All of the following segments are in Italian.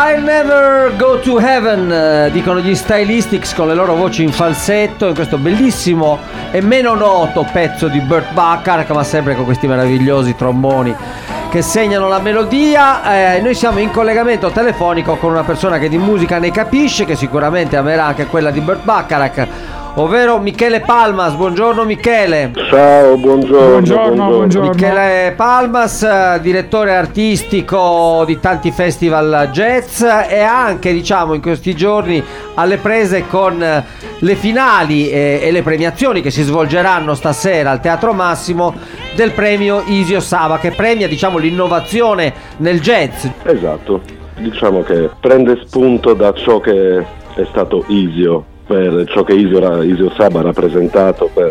I'll Never Go to Heaven, dicono gli Stylistics con le loro voci in falsetto in questo bellissimo e meno noto pezzo di Burt Bacharach, ma sempre con questi meravigliosi tromboni che segnano la melodia. Noi siamo in collegamento telefonico con una persona che di musica ne capisce, che sicuramente amerà anche quella di Burt Bacharach, ovvero Michele Palmas. Buongiorno Michele. Ciao, buongiorno. Michele Palmas, direttore artistico di tanti festival jazz e anche, diciamo, in questi giorni alle prese con le finali e le premiazioni che si svolgeranno stasera al Teatro Massimo del premio Isio Saba, che premia, diciamo, l'innovazione nel jazz. Esatto, diciamo che prende spunto da ciò che è stato Isio, per ciò che Isio Saba ha rappresentato per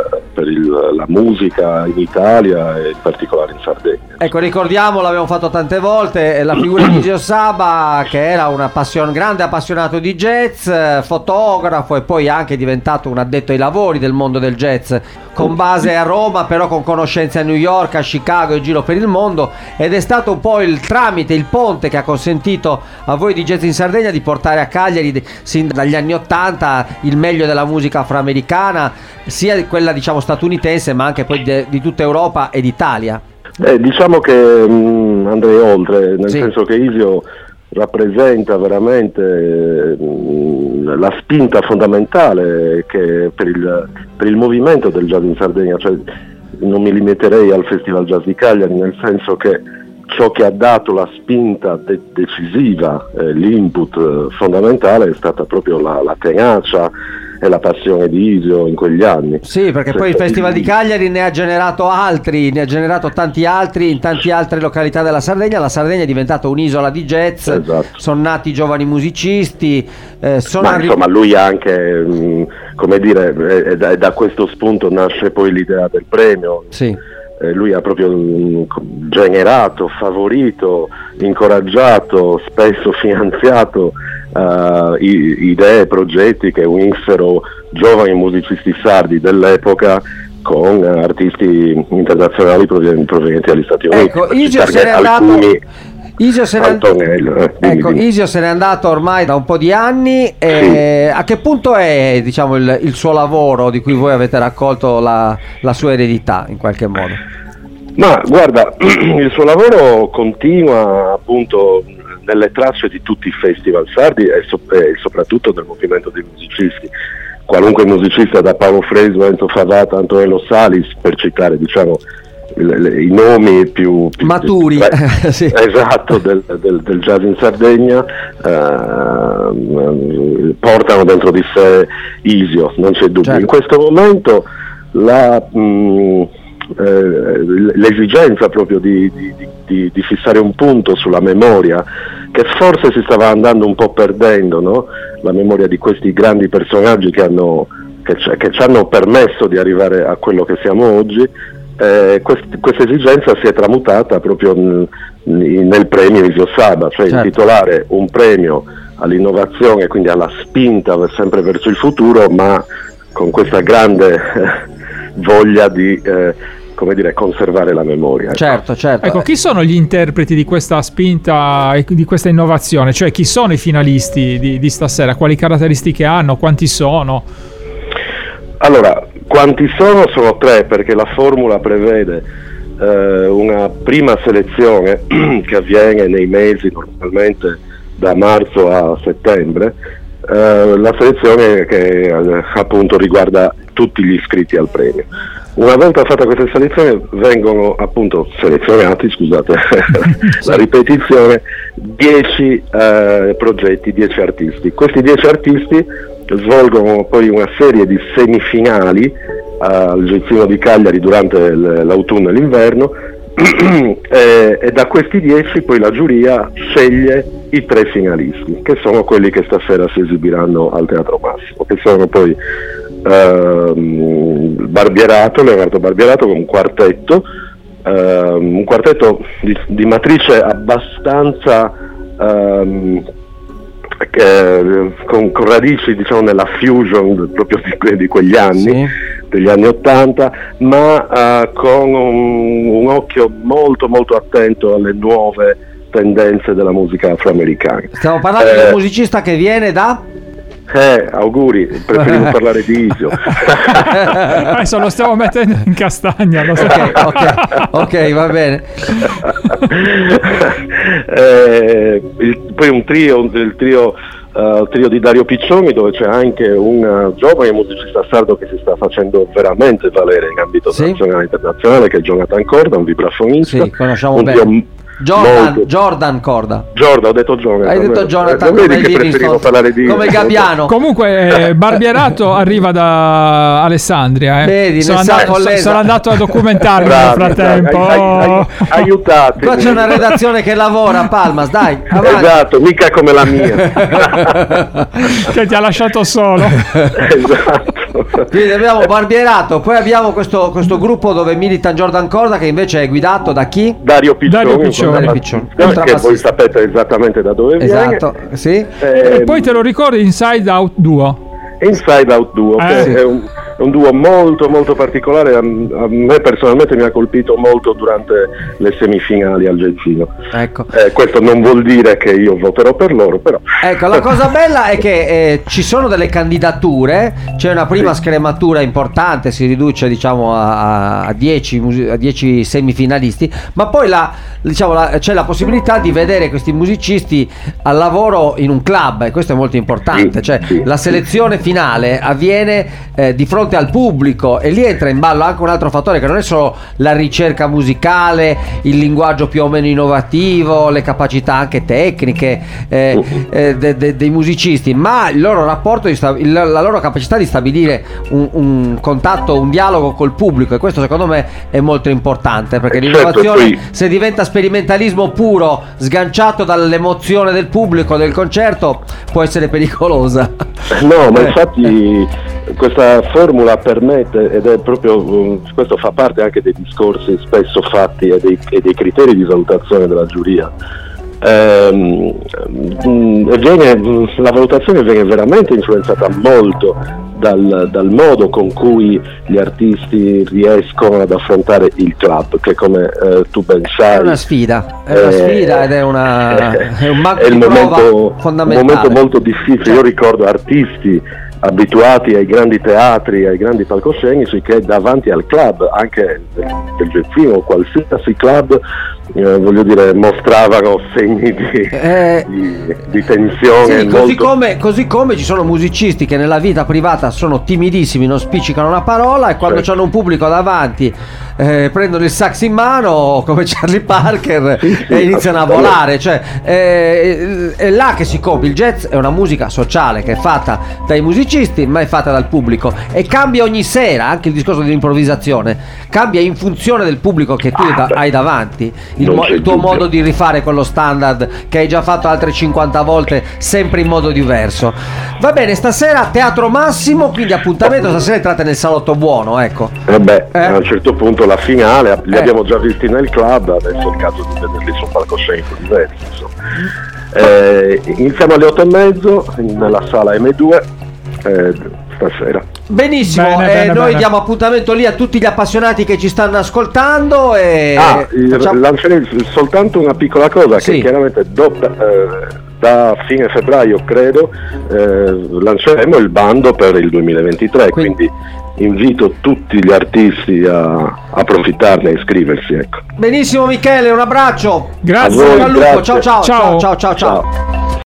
la musica in Italia e in particolare in Sardegna. Ecco, ricordiamo, l'abbiamo fatto tante volte, la figura di Isio Saba, che era un grande appassionato di jazz, fotografo e poi anche diventato un addetto ai lavori del mondo del jazz, con base a Roma, però con conoscenze a New York, a Chicago e in giro per il mondo, ed è stato un po' il tramite, il ponte che ha consentito a voi di Jazz in Sardegna di portare a Cagliari sin dagli anni '80 il meglio della musica afroamericana, sia quella, diciamo, statunitense, ma anche poi di tutta Europa ed Italia. Diciamo che andrei oltre, nel senso che Isio rappresenta veramente la spinta fondamentale che per il movimento del jazz in Sardegna, cioè non mi limiterei al Festival Jazz di Cagliari, nel senso che ciò che ha dato la spinta decisiva, l'input fondamentale è stata proprio la tenacia e la passione di Isio in quegli anni. Sì, perché poi il Festival di Cagliari ne ha generato tanti altri in tante altre località della Sardegna. La Sardegna è diventata un'isola di jazz, esatto. Sono nati giovani musicisti, insomma lui anche, come dire, da questo spunto nasce poi l'idea del premio. Sì. Lui ha proprio generato, favorito, incoraggiato, spesso finanziato idee e progetti che unissero giovani musicisti sardi dell'epoca con artisti internazionali provenienti dagli Stati Uniti. Ecco, Isio se n'è andato ormai da un po' di anni. Sì. A che punto è, diciamo, il suo lavoro, di cui voi avete raccolto la sua eredità in qualche modo? Ma guarda, il suo lavoro continua appunto nelle tracce di tutti i festival sardi e soprattutto del movimento dei musicisti. Qualunque musicista, da Paolo Fresu, Enzo Favata, Antonello Salis, per citare, diciamo, i nomi più maturi, sì. Esatto, del jazz in Sardegna, portano dentro di sé Isio, non c'è dubbio. Certo. In questo momento l'esigenza proprio di fissare un punto sulla memoria, che forse si stava andando un po' perdendo, no? La memoria di questi grandi personaggi che ci hanno permesso di arrivare a quello che siamo oggi. Questa esigenza si è tramutata proprio nel premio Isio Saba, cioè certo. Intitolare un premio all'innovazione, quindi alla spinta sempre verso il futuro, ma con questa grande voglia di conservare la memoria. Certo. Ecco, chi sono gli interpreti di questa spinta e di questa innovazione? Cioè, chi sono i finalisti di stasera? Quali caratteristiche hanno? Quanti sono? Allora, quanti sono? Sono 3, perché la formula prevede una prima selezione che avviene nei mesi normalmente da marzo a settembre, la selezione che appunto riguarda tutti gli iscritti al premio. Una volta fatta questa selezione vengono appunto selezionati, scusate la ripetizione, 10 progetti, 10 artisti. Questi 10 artisti svolgono poi una serie di semifinali al Giuzzino di Cagliari durante l'autunno e l'inverno e da questi 10 poi la giuria sceglie i 3 finalisti, che sono quelli che stasera si esibiranno al Teatro Massimo, che sono poi Leonardo Barbierato con un quartetto di matrice abbastanza con radici, diciamo, nella fusion proprio di quegli anni, sì, degli anni '80, ma con un occhio molto molto attento alle nuove tendenze della musica afroamericana. Stiamo parlando di un musicista che viene da... auguri, preferivo parlare di Isio. Adesso lo stiamo mettendo in castagna, lo so. Ok, va bene. Poi il trio di Dario Piccioni, dove c'è anche un giovane musicista sardo che si sta facendo veramente valere in ambito nazionale e internazionale, che è Jonathan Corda, un vibrafonista. Sì, conosciamo bene. Jordan Corda. Ho detto Jonathan. Hai detto Jonathan, vedi che preferivo parlare di come Gabbiano. Comunque Barbierato arriva da Alessandria. Vedi, sono andato a documentarmi nel frattempo. Aiutate. Qua c'è una redazione che lavora, Palmas, dai. Avanti. Esatto, mica come la mia. Che ti ha lasciato solo. Esatto. Quindi abbiamo Barbierato, poi abbiamo questo gruppo dove milita Jordan Corda, che invece è guidato da chi? Dario Piccioni. Che voi sapete esattamente da dove viene. Esatto, sì. E poi te lo ricordi Inside Out Duo? Inside Out Duo, che è un duo molto molto particolare, a me personalmente mi ha colpito molto durante le semifinali al Jazzino. Ecco. Questo non vuol dire che io voterò per loro, però. Ecco, la cosa bella è che ci sono delle candidature, c'è una prima scrematura importante, si riduce diciamo a 10 semifinalisti, ma poi c'è la possibilità di vedere questi musicisti al lavoro in un club, e questo è molto importante, la selezione finale avviene di fronte al pubblico, e lì entra in ballo anche un altro fattore, che non è solo la ricerca musicale, il linguaggio più o meno innovativo, le capacità anche tecniche dei musicisti, ma il loro rapporto, la loro capacità di stabilire un contatto, un dialogo col pubblico, e questo secondo me è molto importante, perché l'innovazione, se diventa sperimentalismo puro, sganciato dall'emozione del pubblico, del concerto, può essere pericolosa. No, ma infatti questa formula permette, ed è proprio questo fa parte anche dei discorsi spesso fatti e dei criteri di valutazione della giuria. La valutazione viene veramente influenzata molto dal modo con cui gli artisti riescono ad affrontare il club, che come tu ben sai è una sfida ed è un banco di prova fondamentale, un momento molto difficile. Io ricordo artisti abituati ai grandi teatri, ai grandi palcoscenici, che davanti al club, anche del Jazzino o qualsiasi club, voglio dire, mostravano segni di tensione. Sì, così come ci sono musicisti che nella vita privata sono timidissimi, non spiccicano una parola, e quando c'hanno un pubblico davanti prendono il sax in mano come Charlie Parker e iniziano a volare. È là che si compie. Il jazz è una musica sociale che è fatta dai musicisti, ma è fatta dal pubblico, e cambia ogni sera. Anche il discorso dell'improvvisazione cambia in funzione del pubblico che tu hai davanti, il tuo modo di rifare quello standard che hai già fatto altre 50 volte, sempre in modo diverso. Va bene, stasera Teatro Massimo, quindi appuntamento stasera, entrate nel salotto buono, ecco. A un certo punto la finale li abbiamo già visti nel club, adesso è il caso di vederli su un palcoscenico diverso, iniziamo alle 8:30 nella sala M2 stasera. Benissimo, noi diamo appuntamento lì a tutti gli appassionati che ci stanno ascoltando lancerei soltanto una piccola cosa, che chiaramente da fine febbraio credo lanceremo il bando per il 2023, quindi invito tutti gli artisti a approfittarne e iscriversi, ecco. Benissimo Michele, un abbraccio, grazie, a voi, Lupo. Ciao. Ciao.